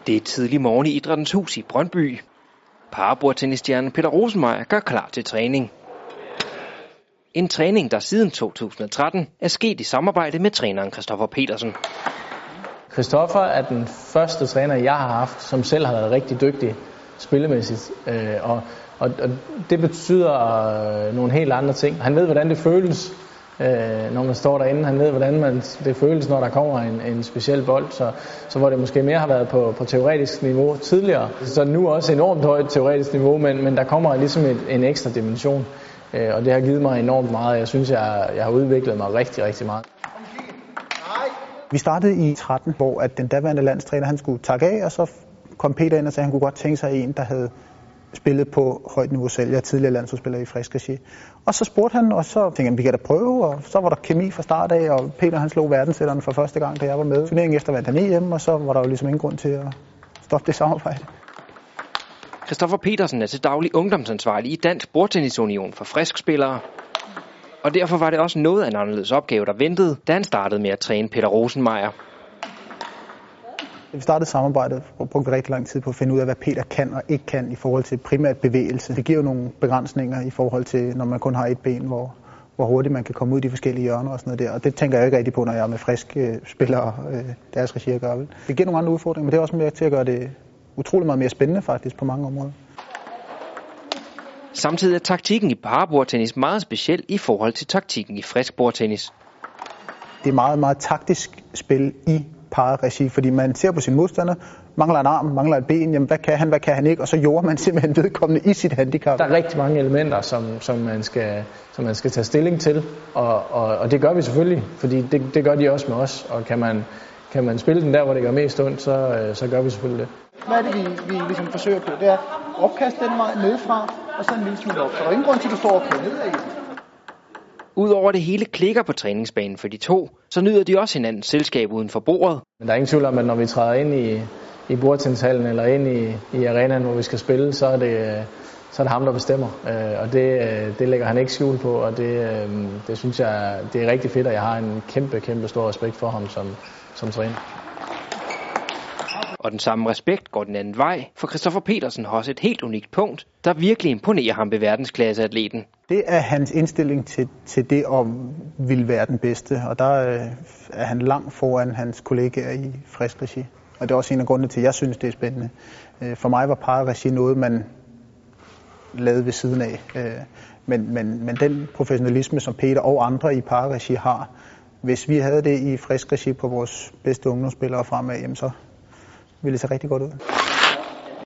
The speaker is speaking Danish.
Det er tidlig morgen i Idrættens Hus i Brøndby. Parabordtennisstjernen Peter Rosenmeier gør klar til træning. En træning, der siden 2013 er sket i samarbejde med træneren Christoffer Petersen. Christoffer er den første træner, jeg har haft, som selv har været rigtig dygtig spillemæssigt. Og det betyder nogle helt andre ting. Han ved, hvordan det føles, når man står derinde. Han ved, hvordan det føles, når der kommer en speciel bold. Så hvor det måske mere har været på teoretisk niveau tidligere, så nu også enormt højt teoretisk niveau, men der kommer ligesom en ekstra dimension. Og det har givet mig enormt meget. Jeg synes, jeg har udviklet mig rigtig, rigtig meget. Vi startede i 13, hvor at den daværende landstræner han skulle takke af, og så kom Peter ind og sagde, at han kunne godt tænke sig en, der havde spillet på højt niveau selv. Jeg er tidligere landsholdsspiller i Frisk Regi. Og så spurgte han, og så tænkte han, vi kan da prøve, og så var der kemi fra start af, og Peter han slog verdensætteren for første gang, da jeg var med. Turneringen efter vandt han EM, og så var der jo ligesom ingen grund til at stoppe det samarbejde. Christoffer Petersen er til daglig ungdomsansvarlig i Dansk Bordtennisunion for friskspillere. Og derfor var det også noget af en anderledes opgave, der ventede, da han startede med at træne Peter Rosenmeier. Vi startede samarbejdet og brugte rigtig lang tid på at finde ud af, hvad Peter kan og ikke kan i forhold til primært bevægelse. Det giver jo nogle begrænsninger i forhold til, når man kun har et ben, hvor hurtigt man kan komme ud i de forskellige hjørner og sådan noget der. Og det tænker jeg ikke rigtig på, når jeg er med friske spillere, deres regi at gøre. Det giver nogle andre udfordringer, men det er også mere til at gøre det utrolig meget mere spændende faktisk på mange områder. Samtidig er taktikken i parabordtennis meget speciel i forhold til taktikken i frisk bordtennis. Det er meget, meget taktisk spil i parregi, fordi man ser på sin modstander, mangler en arm, mangler et ben, jamen hvad kan han ikke, og så jorder man simpelthen vedkommende i sit handicap. Der er rigtig mange elementer, som man skal tage stilling til, og det gør vi selvfølgelig, fordi det gør de også med os, og kan man spille den der, hvor det gør mest ondt, så gør vi selvfølgelig det. Hvad er det, vi ligesom forsøger på? Det er opkaste den vej nedefra, og så en lille smule op. Så der er ingen grund til, at du står og kører nedad. Udover det hele klikker på træningsbanen for de to, så nyder de også hinandens selskab uden for bordet. Men der er ingen tvivl om, at når vi træder ind i bordtennishallen eller ind i arenaen, hvor vi skal spille, så er det ham, der bestemmer. Og det lægger han ikke skjul på, og det synes jeg, det er rigtig fedt, og jeg har en kæmpe stor respekt for ham som træner. Og den samme respekt går den anden vej, for Christoffer Petersen har også et helt unikt punkt, der virkelig imponerer ham ved verdensklasseatleten. Det er hans indstilling til det at ville være den bedste, og der er han langt foran hans kollegaer i Frisk Regi. Og det er også en af grundene til, at jeg synes, det er spændende. For mig var parregi noget, man lavede ved siden af. Men den professionalisme, som Peter og andre i parregi har, hvis vi havde det i Frisk Regi på vores bedste ungdomsspillere fremad, så ville det se rigtig godt ud.